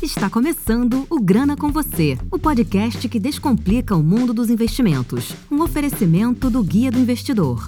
Está começando o Grana com Você, o podcast que descomplica o mundo dos investimentos. Um oferecimento do Guia do Investidor.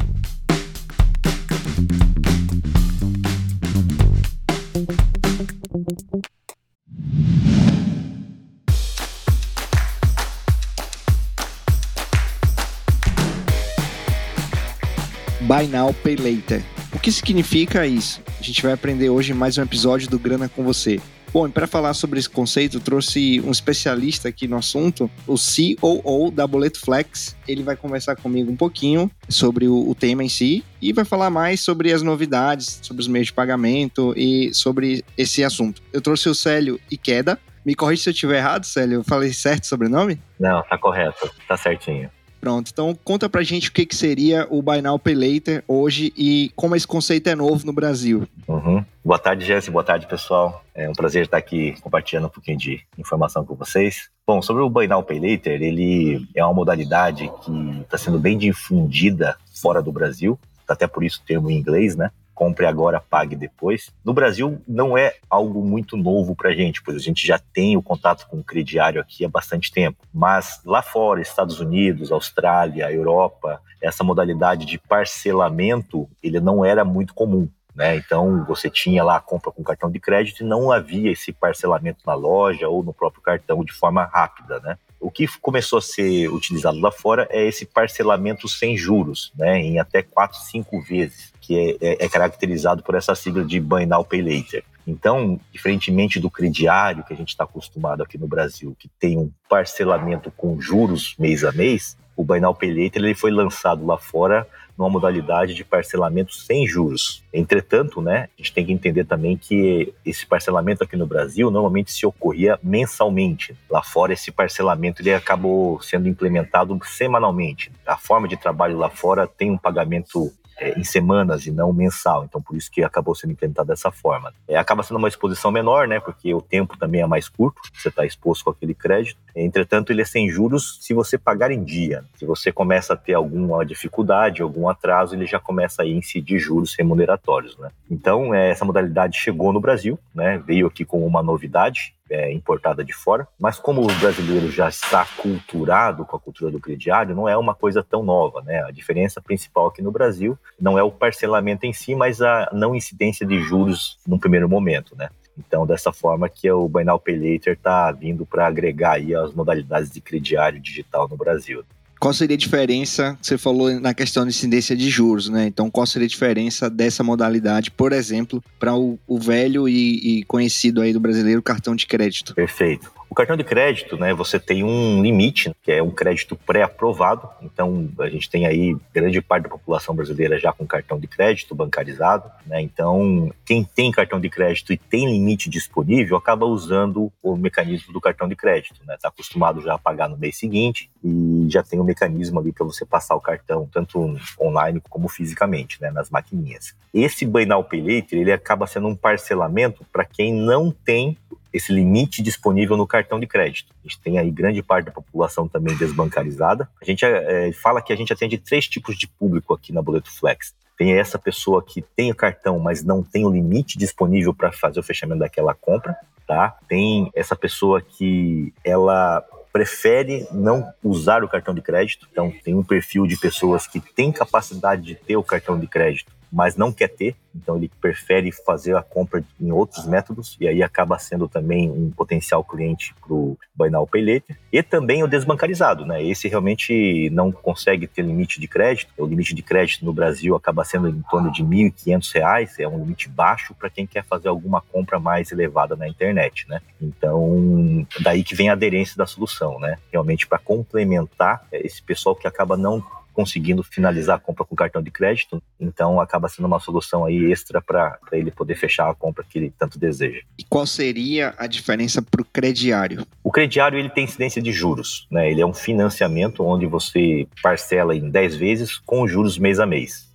Buy Now, Pay Later. O que significa isso? A gente vai aprender hoje em mais um episódio do Grana com Você. Bom, e para falar sobre esse conceito, eu trouxe um especialista aqui no assunto, o COO da Boleto Flex. Ele vai conversar comigo um pouquinho sobre o tema em si e vai falar mais sobre as novidades, sobre os meios de pagamento e sobre esse assunto. Eu trouxe o Célio Ikeda. Me corrija se eu estiver errado, Célio. Eu falei certo o sobrenome? Não, tá correto. Tá certinho. Pronto, então conta pra gente o que seria o Buy Now, Pay Later hoje e como esse conceito é novo no Brasil. Boa tarde, Jesse. Boa tarde, pessoal. É um prazer estar aqui compartilhando um pouquinho de informação com vocês. Bom, sobre o Buy Now, Pay Later, ele é uma modalidade que está sendo bem difundida fora do Brasil, até por isso o termo em inglês, né? Compre agora, pague depois. No Brasil, não é algo muito novo pra gente, pois a gente já tem o contato com o crediário aqui há bastante tempo. Mas lá fora, Estados Unidos, Austrália, Europa, essa modalidade de parcelamento, ele não era muito comum, né? Então, você tinha lá a compra com cartão de crédito e não havia esse parcelamento na loja ou no próprio cartão de forma rápida, né? O que começou a ser utilizado lá fora é esse parcelamento sem juros, né? Em até 4, 5 vezes, que é caracterizado por essa sigla de Buy Now, Pay Later. Então, diferentemente do crediário que a gente está acostumado aqui no Brasil, que tem um parcelamento com juros mês a mês, o Buy Now, Pay Later ele foi lançado lá fora numa modalidade de parcelamento sem juros. Entretanto, né, a gente tem que entender também que esse parcelamento aqui no Brasil normalmente se ocorria mensalmente. Lá fora, esse parcelamento ele acabou sendo implementado semanalmente. A forma de trabalho lá fora tem um pagamento em semanas e não mensal, então por isso que acabou sendo implementado dessa forma. Acaba sendo uma exposição menor, né, porque o tempo também é mais curto, você está exposto com aquele crédito. Entretanto, ele é sem juros se você pagar em dia. Se você começa a ter alguma dificuldade, algum atraso, ele já começa a incidir juros remuneratórios, né? Então, essa modalidade chegou no Brasil, né, veio aqui com uma novidade, importada de fora, mas como o brasileiro já está aculturado com a cultura do crediário, não é uma coisa tão nova, né? A diferença principal aqui no Brasil não é o parcelamento em si, mas a não incidência de juros num primeiro momento, né? Então, dessa forma que o Buy Now, Pay Later está vindo para agregar aí as modalidades de crediário digital no Brasil. Qual seria a diferença, você falou na questão de incidência de juros, né? Então, qual seria a diferença dessa modalidade, por exemplo, para o velho e conhecido aí do brasileiro cartão de crédito? Perfeito. O cartão de crédito, né, você tem um limite, que é um crédito pré-aprovado. Então, a gente tem aí grande parte da população brasileira já com cartão de crédito bancarizado, né? Então, quem tem cartão de crédito e tem limite disponível acaba usando o mecanismo do cartão de crédito, né? Está acostumado já a pagar no mês seguinte e já tem um mecanismo ali para você passar o cartão, tanto online como fisicamente, né, nas maquininhas. Esse Buy Now, Pay Later, ele acaba sendo um parcelamento para quem não tem esse limite disponível no cartão de crédito. A gente tem aí grande parte da população também desbancarizada. A gente fala que a gente atende 3 tipos de público aqui na Boleto Flex. Tem essa pessoa que tem o cartão, mas não tem o limite disponível para fazer o fechamento daquela compra, tá? Tem essa pessoa que ela prefere não usar o cartão de crédito. Então, tem um perfil de pessoas que têm capacidade de ter o cartão de crédito, mas não quer ter, então ele prefere fazer a compra em outros métodos e aí acaba sendo também um potencial cliente para o Buy Now, Pay Later. E também o desbancarizado, né? Esse realmente não consegue ter limite de crédito. O limite de crédito no Brasil acaba sendo em torno de R$ 1.500, é um limite baixo para quem quer fazer alguma compra mais elevada na internet, né? Então, daí que vem a aderência da solução, né? Realmente para complementar esse pessoal que acaba não conseguindo finalizar a compra com cartão de crédito, então acaba sendo uma solução aí extra para ele poder fechar a compra que ele tanto deseja. E qual seria a diferença para o crediário? O crediário ele tem incidência de juros, né? Ele é um financiamento onde você parcela em 10 vezes com juros mês a mês.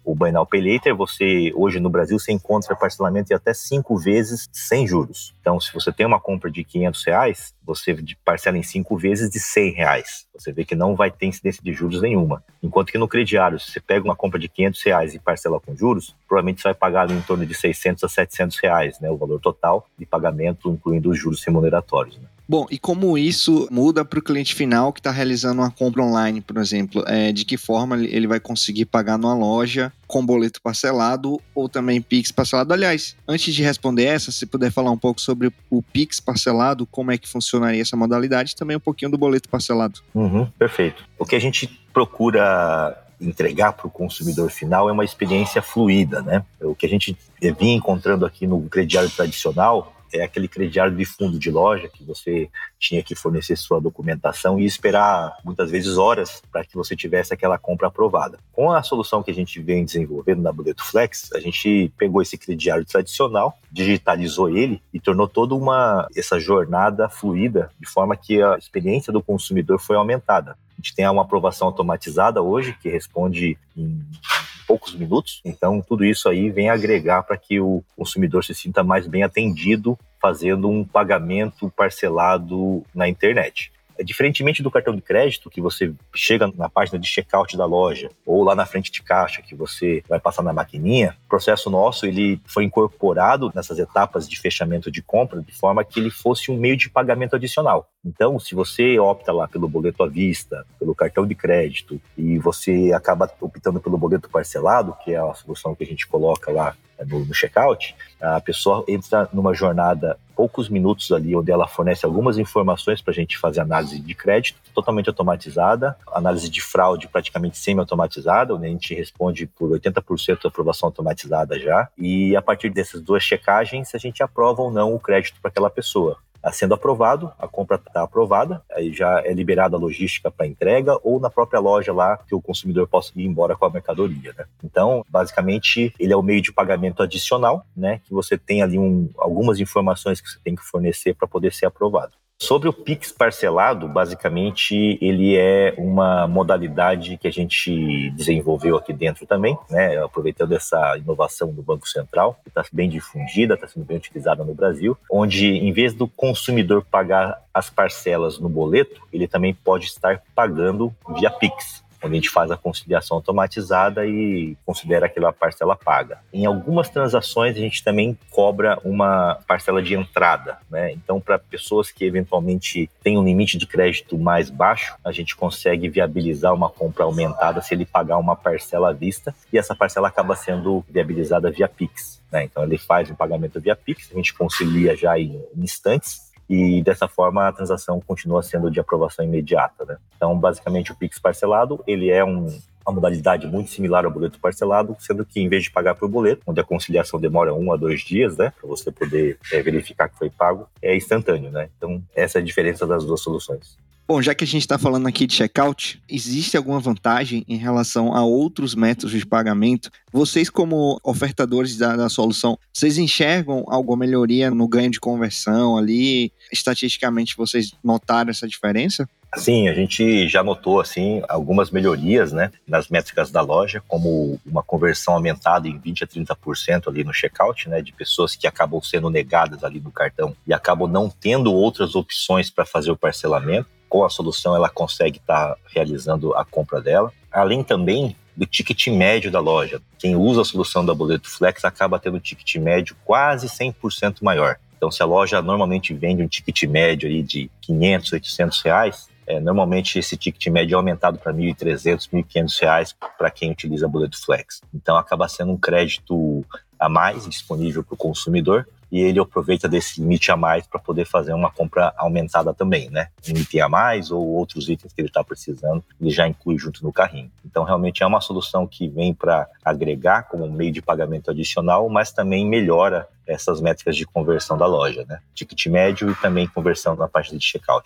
O Buy Now Pay Later, hoje no Brasil, você encontra parcelamento em até 5 vezes sem juros. Então, se você tem uma compra de R$500, você parcela em 5 vezes de R$100. Você vê que não vai ter incidência de juros nenhuma. Enquanto que no crediário, se você pega uma compra de R$500 e parcela com juros, provavelmente você vai pagar ali em torno de R$600 a R$700, né, o valor total de pagamento, incluindo os juros remuneratórios, né? Bom, e como isso muda para o cliente final que está realizando uma compra online, por exemplo? De que forma ele vai conseguir pagar numa loja com boleto parcelado ou também Pix parcelado? Aliás, antes de responder essa, se puder falar um pouco sobre o Pix parcelado, como é que funcionaria essa modalidade, e também um pouquinho do boleto parcelado. Perfeito. O que a gente procura entregar para o consumidor final é uma experiência fluida, né? O que a gente vinha encontrando aqui no crediário tradicional é aquele crediário de fundo de loja que você tinha que fornecer sua documentação e esperar muitas vezes horas para que você tivesse aquela compra aprovada. Com a solução que a gente vem desenvolvendo na Boleto Flex, a gente pegou esse crediário tradicional, digitalizou ele e tornou toda essa jornada fluida, de forma que a experiência do consumidor foi aumentada. A gente tem uma aprovação automatizada hoje que responde em poucos minutos, então tudo isso aí vem agregar para que o consumidor se sinta mais bem atendido fazendo um pagamento parcelado na internet. Diferentemente do cartão de crédito, que você chega na página de checkout da loja ou lá na frente de caixa, que você vai passar na maquininha, o processo nosso ele foi incorporado nessas etapas de fechamento de compra de forma que ele fosse um meio de pagamento adicional. Então, se você opta lá pelo boleto à vista, pelo cartão de crédito e você acaba optando pelo boleto parcelado, que é a solução que a gente coloca lá no checkout, a pessoa entra numa jornada, poucos minutos ali, onde ela fornece algumas informações para a gente fazer análise de crédito, totalmente automatizada, análise de fraude praticamente semi-automatizada, onde a gente responde por 80% de aprovação automatizada já, e a partir dessas 2 checagens, a gente aprova ou não o crédito para aquela pessoa. Sendo aprovado, a compra está aprovada, aí já é liberada a logística para entrega ou na própria loja lá que o consumidor possa ir embora com a mercadoria, né? Então, basicamente, ele é o meio de pagamento adicional, né? Que você tem ali algumas informações que você tem que fornecer para poder ser aprovado. Sobre o Pix parcelado, basicamente, ele é uma modalidade que a gente desenvolveu aqui dentro também, né? Aproveitando essa inovação do Banco Central, que está bem difundida, está sendo bem utilizada no Brasil, onde, em vez do consumidor pagar as parcelas no boleto, ele também pode estar pagando via Pix, onde a gente faz a conciliação automatizada e considera aquela parcela paga. Em algumas transações, a gente também cobra uma parcela de entrada, né? Então, para pessoas que eventualmente têm um limite de crédito mais baixo, a gente consegue viabilizar uma compra aumentada se ele pagar uma parcela à vista, e essa parcela acaba sendo viabilizada via Pix, né? Então, ele faz um pagamento via Pix, a gente concilia já em instantes, e dessa forma a transação continua sendo de aprovação imediata, né? Então, basicamente, o Pix parcelado, ele é uma modalidade muito similar ao boleto parcelado, sendo que em vez de pagar por boleto, onde a conciliação demora 1 a 2 dias, né, para você poder verificar que foi pago, é instantâneo, né? Então, essa é a diferença das 2 soluções. Bom, já que a gente está falando aqui de checkout, existe alguma vantagem em relação a outros métodos de pagamento? Vocês, como ofertadores da solução, vocês enxergam alguma melhoria no ganho de conversão ali? Estatisticamente, vocês notaram essa diferença? Sim, a gente já notou assim, algumas melhorias, né, nas métricas da loja, como uma conversão aumentada em 20% a 30% ali no checkout, né, de pessoas que acabam sendo negadas ali no cartão e acabam não tendo outras opções para fazer o parcelamento. Com a solução, ela consegue estar realizando a compra dela. Além também do ticket médio da loja. Quem usa a solução da Boleto Flex acaba tendo um ticket médio quase 100% maior. Então, se a loja normalmente vende um ticket médio aí de R$500, R$800, normalmente esse ticket médio é aumentado para R$1.300, R$1.500 para quem utiliza a Boleto Flex. Então, acaba sendo um crédito a mais disponível para o consumidor, e ele aproveita desse limite a mais para poder fazer uma compra aumentada também, né? Um item a mais ou outros itens que ele está precisando, ele já inclui junto no carrinho. Então, realmente é uma solução que vem para agregar como meio de pagamento adicional, mas também melhora essas métricas de conversão da loja, né? Ticket médio e também conversão na página de checkout, né?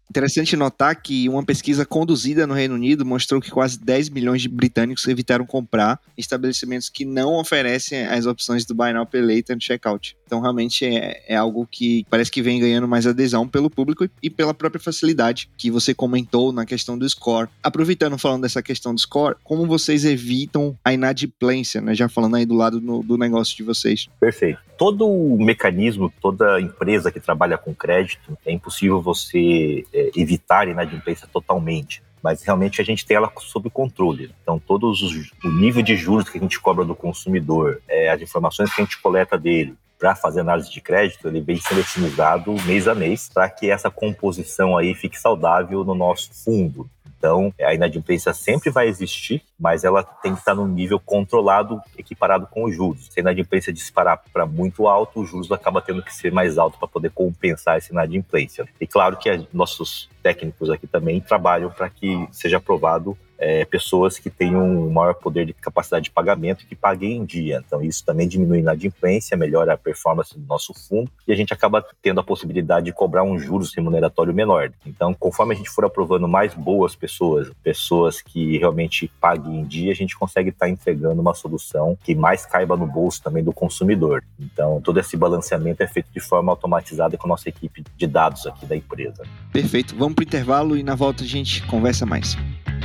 Interessante notar que uma pesquisa conduzida no Reino Unido mostrou que quase 10 milhões de britânicos evitaram comprar estabelecimentos que não oferecem as opções do Buy Now Pay Later no checkout. Então, realmente é algo que parece que vem ganhando mais adesão pelo público e pela própria facilidade que você comentou na questão do score. Aproveitando, falando dessa questão do score, como vocês evitam a inadimplência, né? Já falando aí do lado do negócio de vocês. Perfeito. Todo o mecanismo, toda empresa que trabalha com crédito, é impossível você evitar a inadimplência totalmente. Mas realmente a gente tem ela sob controle. Então, o nível de juros que a gente cobra do consumidor, as informações que a gente coleta dele, para fazer análise de crédito, ele vem sendo otimizado mês a mês para que essa composição aí fique saudável no nosso fundo. Então, a inadimplência sempre vai existir, mas ela tem que estar num nível controlado, equiparado com os juros. Se a inadimplência disparar para muito alto, os juros acabam tendo que ser mais alto para poder compensar essa inadimplência. E claro que nossos técnicos aqui também trabalham para que seja aprovado pessoas que tenham um maior poder de capacidade de pagamento e que paguem em dia. Então, isso também diminui a inadimplência, melhora a performance do nosso fundo e a gente acaba tendo a possibilidade de cobrar um juros remuneratório menor. Então, conforme a gente for aprovando mais boas pessoas que realmente paguem em dia, a gente consegue estar entregando uma solução que mais caiba no bolso também do consumidor. Então, todo esse balanceamento é feito de forma automatizada com a nossa equipe de dados aqui da empresa. Perfeito. Vamos para o intervalo e na volta a gente conversa mais.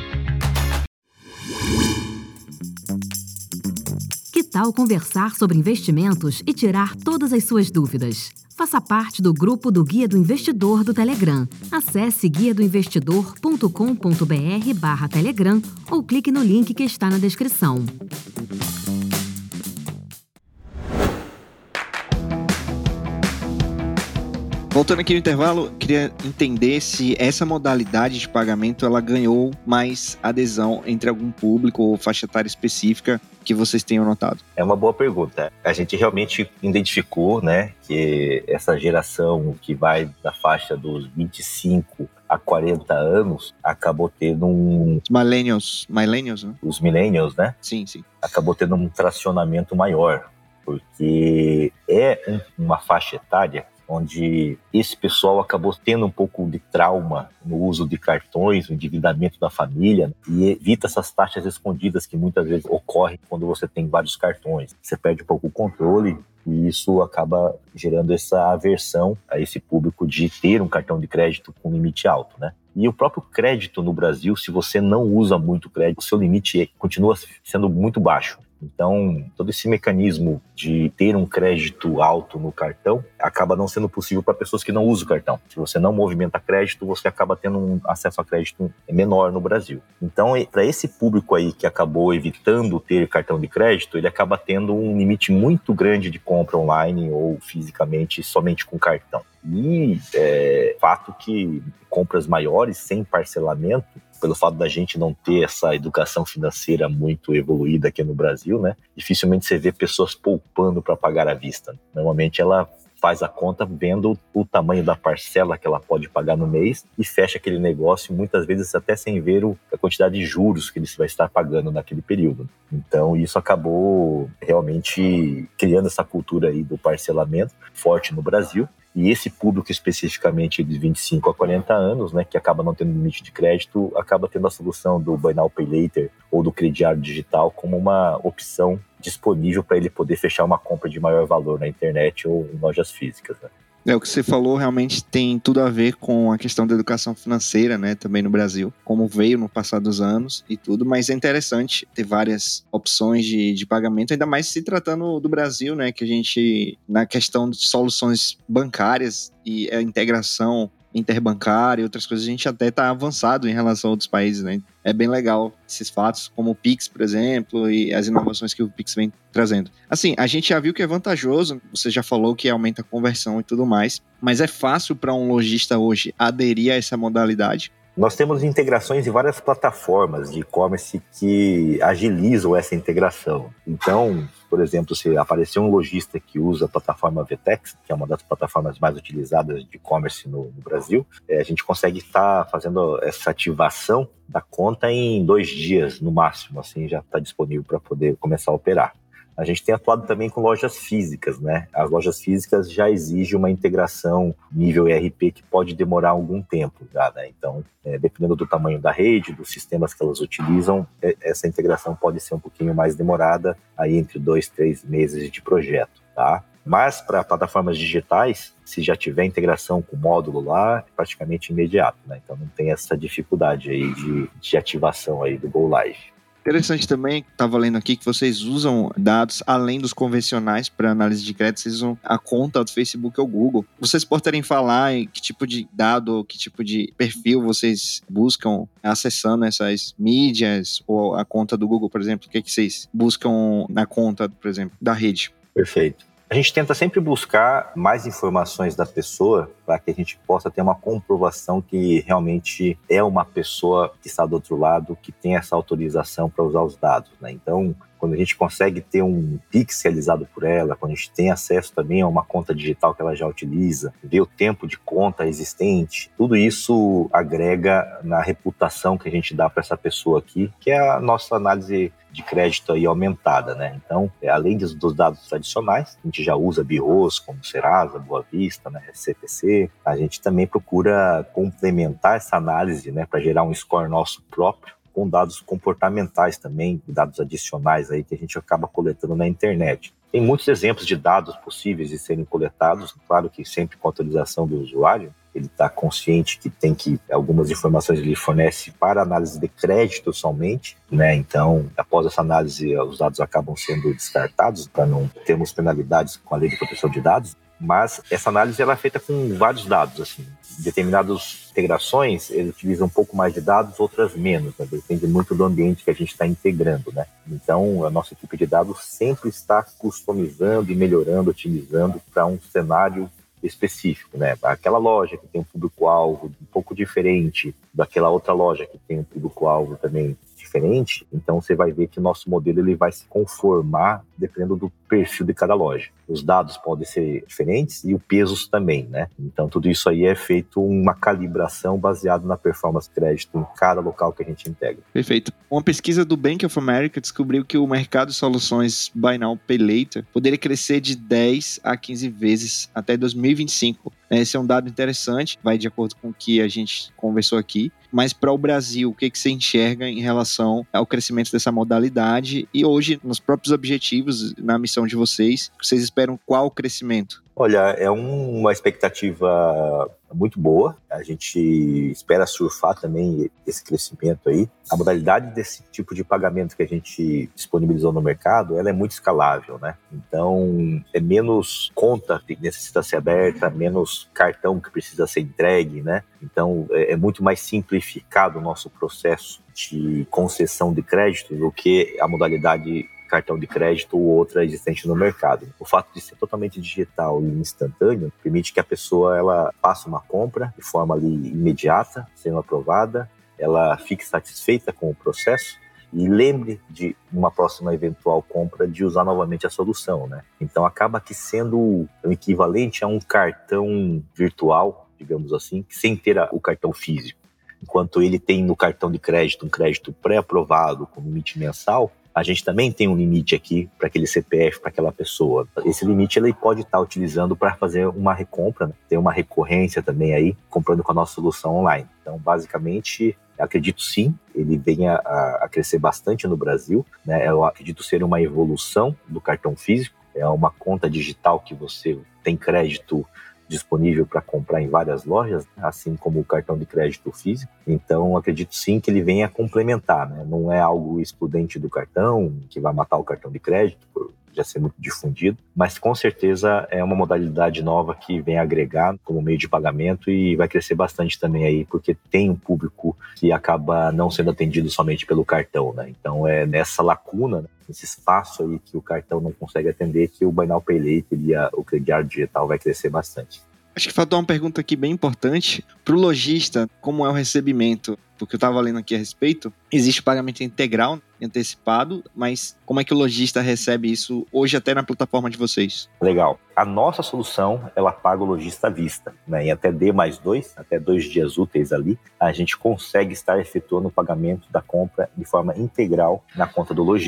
Que tal conversar sobre investimentos e tirar todas as suas dúvidas? Faça parte do grupo do Guia do Investidor do Telegram. Acesse guiadoinvestidor.com.br/Telegram ou clique no link que está na descrição. Voltando aqui no intervalo, queria entender se essa modalidade de pagamento ela ganhou mais adesão entre algum público ou faixa etária específica que vocês tenham notado. É uma boa pergunta. A gente realmente identificou, né, que essa geração que vai da faixa dos 25 a 40 anos acabou tendo Millennials, né? Os millennials, né? Sim. Acabou tendo um tracionamento maior, porque é uma faixa etária onde esse pessoal acabou tendo um pouco de trauma no uso de cartões, no endividamento da família, e evita essas taxas escondidas que muitas vezes ocorrem quando você tem vários cartões. Você perde um pouco o controle e isso acaba gerando essa aversão a esse público de ter um cartão de crédito com limite alto, né? E o próprio crédito no Brasil, se você não usa muito crédito, o seu limite continua sendo muito baixo. Então, todo esse mecanismo de ter um crédito alto no cartão acaba não sendo possível para pessoas que não usam o cartão. Se você não movimenta crédito, você acaba tendo um acesso a crédito menor no Brasil. Então, para esse público aí que acabou evitando ter cartão de crédito, ele acaba tendo um limite muito grande de compra online ou fisicamente somente com cartão. E fato que compras maiores, sem parcelamento, pelo fato da gente não ter essa educação financeira muito evoluída aqui no Brasil, né? Dificilmente você vê pessoas poupando para pagar à vista. Normalmente ela faz a conta vendo o tamanho da parcela que ela pode pagar no mês e fecha aquele negócio, muitas vezes até sem ver a quantidade de juros que ele vai estar pagando naquele período. Então isso acabou realmente criando essa cultura aí do parcelamento forte no Brasil. E esse público especificamente de 25 a 40 anos, né, que acaba não tendo limite de crédito, acaba tendo a solução do Buy Now Pay Later ou do crediário digital como uma opção disponível para ele poder fechar uma compra de maior valor na internet ou em lojas físicas, né? O que você falou realmente tem tudo a ver com a questão da educação financeira, né, também no Brasil, como veio no passar dos anos e tudo, mas é interessante ter várias opções de pagamento, ainda mais se tratando do Brasil, né, que a gente, na questão de soluções bancárias e a integração interbancária e outras coisas, a gente até está avançado em relação a outros países, né? É bem legal esses fatos, como o Pix, por exemplo, e as inovações que o Pix vem trazendo. Assim, a gente já viu que é vantajoso, você já falou que aumenta a conversão e tudo mais, mas é fácil para um lojista hoje aderir a essa modalidade? Nós temos integrações em várias plataformas de e-commerce que agilizam essa integração. Então, por exemplo, se aparecer um lojista que usa a plataforma Vtex, que é uma das plataformas mais utilizadas de e-commerce no Brasil, a gente consegue estar fazendo essa ativação da conta em 2 dias, no máximo, assim, já está disponível para poder começar a operar. A gente tem atuado também com lojas físicas, né? As lojas físicas já exigem uma integração nível ERP que pode demorar algum tempo, já, né? Então, dependendo do tamanho da rede, dos sistemas que elas utilizam, essa integração pode ser um pouquinho mais demorada, aí entre 2-3 meses de projeto, tá? Mas para plataformas digitais, se já tiver integração com o módulo lá, é praticamente imediato, né? Então não tem essa dificuldade aí de ativação aí do Go Live. Interessante também, estava lendo aqui que vocês usam dados além dos convencionais para análise de crédito, vocês usam a conta do Facebook ou Google. Vocês poderem falar em que tipo de dado ou que tipo de perfil vocês buscam acessando essas mídias ou a conta do Google, por exemplo? O que vocês buscam na conta, por exemplo, da rede? Perfeito. A gente tenta sempre buscar mais informações da pessoa para que a gente possa ter uma comprovação que realmente é uma pessoa que está do outro lado, que tem essa autorização para usar os dados, né? Então, quando a gente consegue ter um Pix realizado por ela, quando a gente tem acesso também a uma conta digital que ela já utiliza, ver o tempo de conta existente, tudo isso agrega na reputação que a gente dá para essa pessoa aqui, que é a nossa análise de crédito aí aumentada, né? Então, além dos dados tradicionais, a gente já usa birros como Serasa, Boa Vista, né, CPC, a gente também procura complementar essa análise, né, para gerar um score nosso próprio, com dados comportamentais também, dados adicionais aí que a gente acaba coletando na internet. Tem muitos exemplos de dados possíveis de serem coletados, claro que sempre com autorização do usuário. Ele está consciente que algumas informações ele fornece para análise de crédito somente, né? Então, após essa análise, os dados acabam sendo descartados para não termos penalidades com a lei de proteção de dados. Mas essa análise ela é feita com vários dados, assim. Determinadas integrações, ele utiliza um pouco mais de dados, outras menos, né? Depende muito do ambiente que a gente está integrando, né? Então, a nossa equipe de dados sempre está customizando e melhorando, otimizando para um cenário específico, né? Aquela loja que tem um público-alvo um pouco diferente daquela outra loja que tem um público-alvo também diferente, então você vai ver que o nosso modelo ele vai se conformar dependendo do perfil de cada loja. Os dados podem ser diferentes e o peso também, né? Então tudo isso aí é feito uma calibração baseada na performance crédito em cada local que a gente integra. Perfeito. Uma pesquisa do Bank of America descobriu que o mercado de soluções Buy Now, Pay Later poderia crescer de 10 a 15 vezes até 2025. Esse é um dado interessante, vai de acordo com o que a gente conversou aqui. Mas para o Brasil, o que você enxerga em relação ao crescimento dessa modalidade e hoje, nos próprios objetivos, na missão de vocês esperam qual crescimento? Olha, é uma expectativa muito boa. A gente espera surfar também esse crescimento aí. A modalidade desse tipo de pagamento que a gente disponibilizou no mercado, ela é muito escalável, né? Então, é menos conta que necessita ser aberta, menos cartão que precisa ser entregue, né? Então, é muito mais simplificado o nosso processo de concessão de crédito do que a modalidade cartão de crédito ou outra existente no mercado. O fato de ser totalmente digital e instantâneo permite que a pessoa ela faça uma compra de forma ali imediata, sendo aprovada, ela fique satisfeita com o processo e lembre de uma próxima eventual compra de usar novamente a solução, né? Então acaba que sendo o equivalente a um cartão virtual, digamos assim, sem ter o cartão físico. Enquanto ele tem no cartão de crédito um crédito pré-aprovado com limite mensal, a gente também tem um limite aqui para aquele CPF, para aquela pessoa. Esse limite ele pode estar utilizando para fazer uma recompra, né? Tem uma recorrência também aí, comprando com a nossa solução online. Então, basicamente, acredito sim, ele venha a crescer bastante no Brasil, né? Eu acredito ser uma evolução do cartão físico, é uma conta digital que você tem crédito disponível para comprar em várias lojas, assim como o cartão de crédito físico. Então, acredito sim que ele venha complementar, né? Não é algo excludente do cartão, que vai matar o cartão de crédito, por já ser muito difundido, mas com certeza é uma modalidade nova que vem agregar como meio de pagamento e vai crescer bastante também aí, porque tem um público que acaba não sendo atendido somente pelo cartão, né? Então, é nessa lacuna, né? Esse espaço aí que o cartão não consegue atender, que o Buy Now Pay Later e o crediário digital vai crescer bastante. Acho que faltou uma pergunta aqui bem importante. Para o lojista, como é o recebimento? Porque eu estava lendo aqui a respeito. Existe o pagamento integral, antecipado, mas como é que o lojista recebe isso hoje até na plataforma de vocês? Legal. A nossa solução, ela paga o lojista à vista, né? Em até D+2, até 2 dias úteis ali, a gente consegue estar efetuando o pagamento da compra de forma integral na conta do lojista.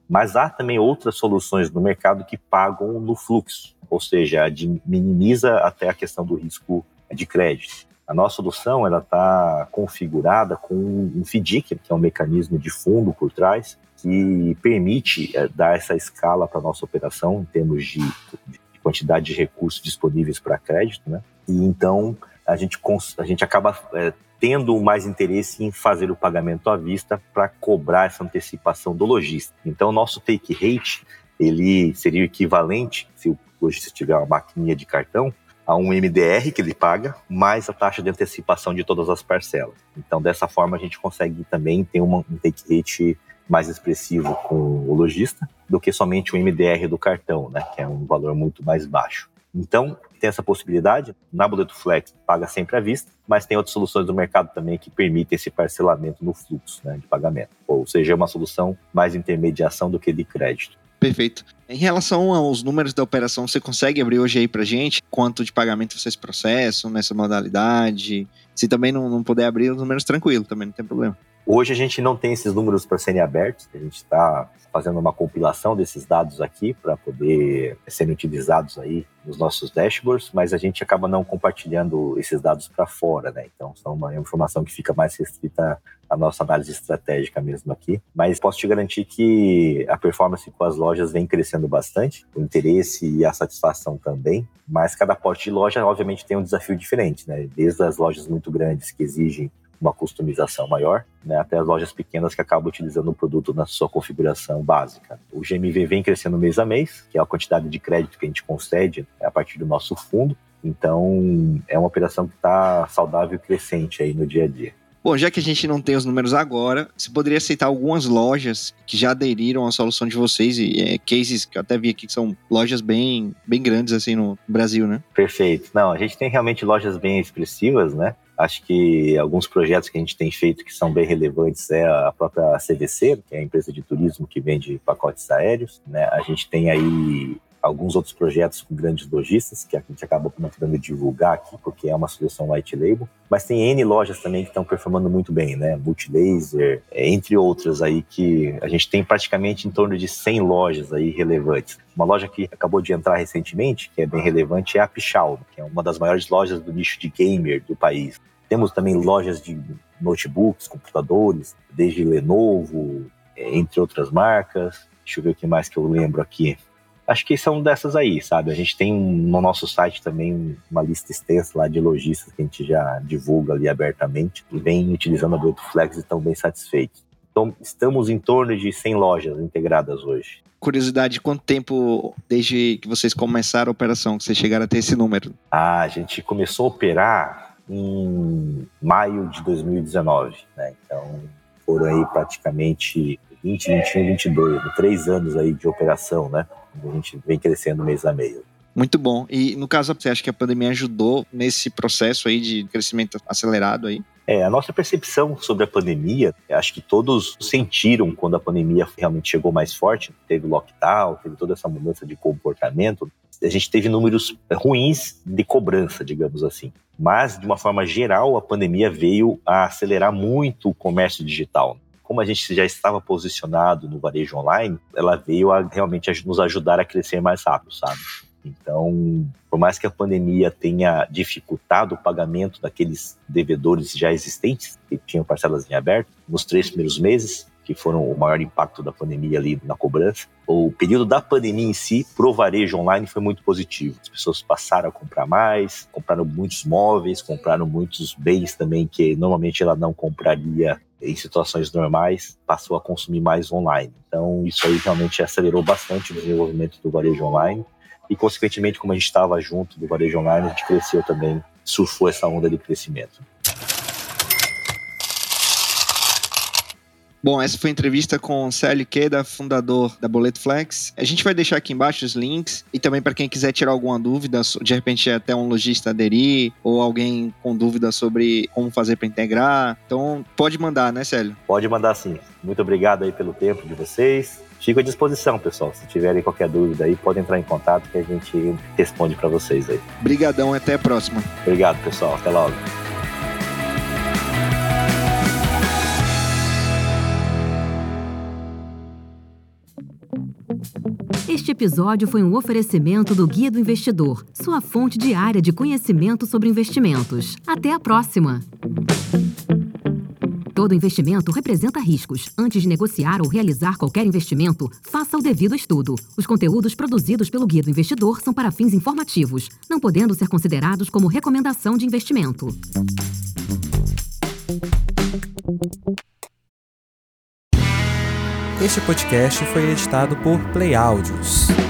Mas há também outras soluções no mercado que pagam no fluxo, ou seja, minimiza até a questão do risco de crédito. A nossa solução está configurada com um FDIC, que é um mecanismo de fundo por trás, que permite dar essa escala para a nossa operação em termos de quantidade de recursos disponíveis para crédito, né? E então a gente acaba tendo mais interesse em fazer o pagamento à vista para cobrar essa antecipação do lojista. Então, o nosso take rate, ele seria o equivalente, se o lojista tiver uma maquininha de cartão, a um MDR que ele paga, mais a taxa de antecipação de todas as parcelas. Então, dessa forma, a gente consegue também ter um take rate mais expressivo com o lojista do que somente o MDR do cartão, né, que é um valor muito mais baixo. Então, tem essa possibilidade. Na Boleto Flex, paga sempre à vista, mas tem outras soluções do mercado também que permitem esse parcelamento no fluxo, né, de pagamento. Ou seja, é uma solução mais de intermediação do que de crédito. Perfeito. Em relação aos números da operação, você consegue abrir hoje aí pra gente quanto de pagamento vocês processam nessa modalidade? Se também não puder abrir os números, tranquilo, também não tem problema. Hoje a gente não tem esses números para serem abertos, a gente está fazendo uma compilação desses dados aqui para poder serem utilizados aí nos nossos dashboards, mas a gente acaba não compartilhando esses dados para fora, né? Então, são uma informação que fica mais restrita à nossa análise estratégica mesmo aqui. Mas posso te garantir que a performance com as lojas vem crescendo bastante, o interesse e a satisfação também, mas cada porte de loja, obviamente, tem um desafio diferente, né? Desde as lojas muito grandes que exigem uma customização maior, né, até as lojas pequenas que acabam utilizando o produto na sua configuração básica. O GMV vem crescendo mês a mês, que é a quantidade de crédito que a gente concede a partir do nosso fundo. Então, é uma operação que está saudável e crescente aí no dia a dia. Bom, já que a gente não tem os números agora, você poderia citar algumas lojas que já aderiram à solução de vocês e cases que eu até vi aqui que são lojas bem grandes assim no Brasil, né? Perfeito. Não, a gente tem realmente lojas bem expressivas, né? Acho que alguns projetos que a gente tem feito que são bem relevantes é a própria CVC, que é a empresa de turismo que vende pacotes aéreos, né? A gente tem aí alguns outros projetos com grandes lojistas, que a gente acaba não podendo divulgar aqui, porque é uma solução white label. Mas tem N lojas também que estão performando muito bem, né? Multilaser, entre outras aí, que a gente tem praticamente em torno de 100 lojas aí relevantes. Uma loja que acabou de entrar recentemente, que é bem relevante, é a Pichau, que é uma das maiores lojas do nicho de gamer do país. Temos também lojas de notebooks, computadores, desde Lenovo, entre outras marcas. Deixa eu ver o que mais que eu lembro aqui. Acho que são dessas aí, sabe? A gente tem no nosso site também uma lista extensa lá de lojistas que a gente já divulga ali abertamente e vem utilizando a Boleto Flex e estão bem satisfeitos. Então, estamos em torno de 100 lojas integradas hoje. Curiosidade, quanto tempo desde que vocês começaram a operação que vocês chegaram a ter esse número? A gente começou a operar em maio de 2019, né? Então, foram aí praticamente 20, 21, 22, 3 anos aí de operação, né? A gente vem crescendo mês a mês. Muito bom. E no caso, você acha que a pandemia ajudou nesse processo aí de crescimento acelerado aí? A nossa percepção sobre a pandemia, acho que todos sentiram quando a pandemia realmente chegou mais forte, teve lockdown, teve toda essa mudança de comportamento. A gente teve números ruins de cobrança, digamos assim. Mas, de uma forma geral, a pandemia veio a acelerar muito o comércio digital. Como a gente já estava posicionado no varejo online, ela veio a realmente nos ajudar a crescer mais rápido, sabe? Então, por mais que a pandemia tenha dificultado o pagamento daqueles devedores já existentes, que tinham parcelas em aberto, nos 3 primeiros meses, que foram o maior impacto da pandemia ali na cobrança, o período da pandemia em si, pro varejo online, foi muito positivo. As pessoas passaram a comprar mais, compraram muitos móveis, compraram muitos bens também que normalmente ela não compraria em situações normais, passou a consumir mais online. Então, isso aí realmente acelerou bastante o desenvolvimento do varejo online e, consequentemente, como a gente estava junto do varejo online, a gente cresceu também, surfou essa onda de crescimento. Bom, essa foi a entrevista com o Célio Queda, fundador da Boleto Flex. A gente vai deixar aqui embaixo os links e também para quem quiser tirar alguma dúvida, de repente até um lojista aderir ou alguém com dúvida sobre como fazer para integrar. Então, pode mandar, né, Célio? Pode mandar sim. Muito obrigado aí pelo tempo de vocês. Fico à disposição, pessoal. Se tiverem qualquer dúvida aí, podem entrar em contato que a gente responde para vocês aí. Obrigadão e até a próxima. Obrigado, pessoal. Até logo. Este episódio foi um oferecimento do Guia do Investidor, sua fonte diária de conhecimento sobre investimentos. Até a próxima! Todo investimento representa riscos. Antes de negociar ou realizar qualquer investimento, faça o devido estudo. Os conteúdos produzidos pelo Guia do Investidor são para fins informativos, não podendo ser considerados como recomendação de investimento. Este podcast foi editado por Play Áudios.